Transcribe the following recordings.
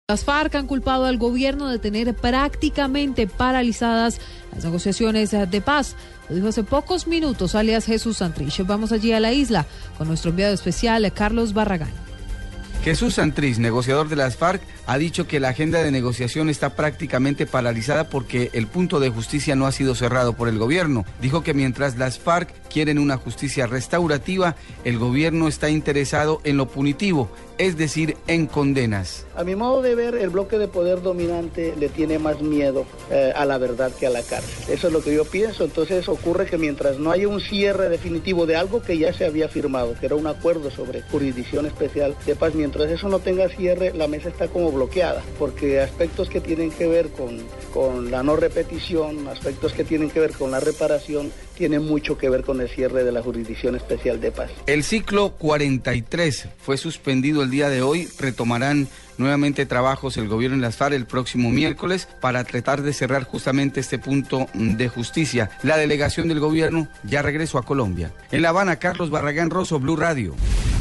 Las FARC han culpado al gobierno de tener prácticamente paralizadas las negociaciones de paz. Lo dijo hace pocos minutos alias Jesús Santrich. Vamos allí a la isla con nuestro enviado especial, Carlos Barragán. Jesús Santrich, negociador de las FARC, ha dicho que la agenda de negociación está prácticamente paralizada porque el punto de justicia no ha sido cerrado por el gobierno. Dijo que mientras las FARC quieren una justicia restaurativa, el gobierno está interesado en lo punitivo, es decir, en condenas. A mi modo de ver, el bloque de poder dominante le tiene más miedo a la verdad que a la cárcel. Eso es lo que yo pienso. Entonces ocurre que mientras no haya un cierre definitivo de algo que ya se había firmado, que era un acuerdo sobre jurisdicción especial de paz, mientras eso no tenga cierre, la mesa está como bloqueada, porque aspectos que tienen que ver con la no repetición, aspectos que tienen que ver con la reparación, tienen mucho que ver con el cierre de la Jurisdicción Especial de Paz. El ciclo 43 fue suspendido el día de hoy. Retomarán nuevamente trabajos el gobierno y las FARC el próximo miércoles para tratar de cerrar justamente este punto de justicia. La delegación del gobierno ya regresó a Colombia. En La Habana, Carlos Barragán Rosso, Blue Radio.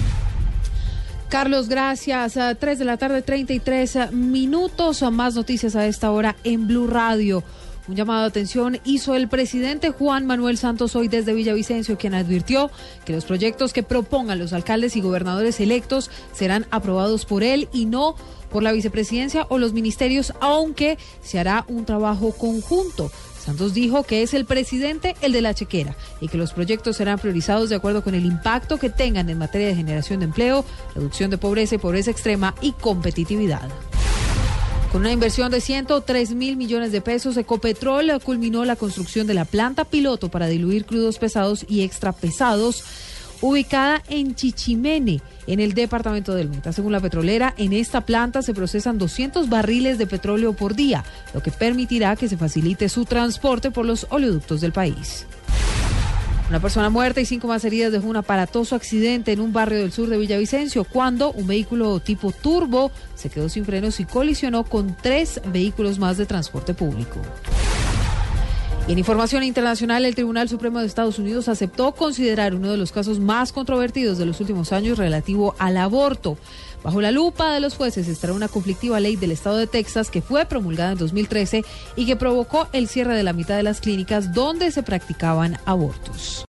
Carlos, gracias. 3 de la tarde, 33 minutos. Más noticias a esta hora en Blue Radio. Un llamado de atención hizo el presidente Juan Manuel Santos hoy desde Villavicencio, quien advirtió que los proyectos que propongan los alcaldes y gobernadores electos serán aprobados por él y no por la vicepresidencia o los ministerios, aunque se hará un trabajo conjunto. Santos dijo que es el presidente el de la chequera y que los proyectos serán priorizados de acuerdo con el impacto que tengan en materia de generación de empleo, reducción de pobreza y pobreza extrema y competitividad. Con una inversión de 103 mil millones de pesos, Ecopetrol culminó la construcción de la planta piloto para diluir crudos pesados y extrapesados, ubicada en Chichimene, en el departamento del Meta. Según la petrolera, en esta planta se procesan 200 barriles de petróleo por día, lo que permitirá que se facilite su transporte por los oleoductos del país. Una persona muerta y 5 más heridas dejó un aparatoso accidente en un barrio del sur de Villavicencio cuando un vehículo tipo turbo se quedó sin frenos y colisionó con 3 vehículos más de transporte público. Y en información internacional, el Tribunal Supremo de Estados Unidos aceptó considerar uno de los casos más controvertidos de los últimos años relativo al aborto. Bajo la lupa de los jueces estará una conflictiva ley del estado de Texas que fue promulgada en 2013 y que provocó el cierre de la mitad de las clínicas donde se practicaban abortos.